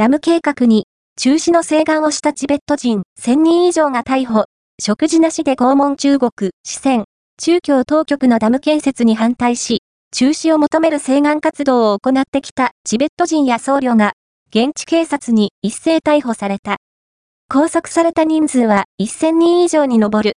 ダム計画に中止の請願をしたチベット人1000人以上が逮捕、食事なしで拷問中国、四川、中共当局のダム建設に反対し、中止を求める請願活動を行ってきたチベット人や僧侶が、現地警察に一斉逮捕された。拘束された人数は1000人以上に上る。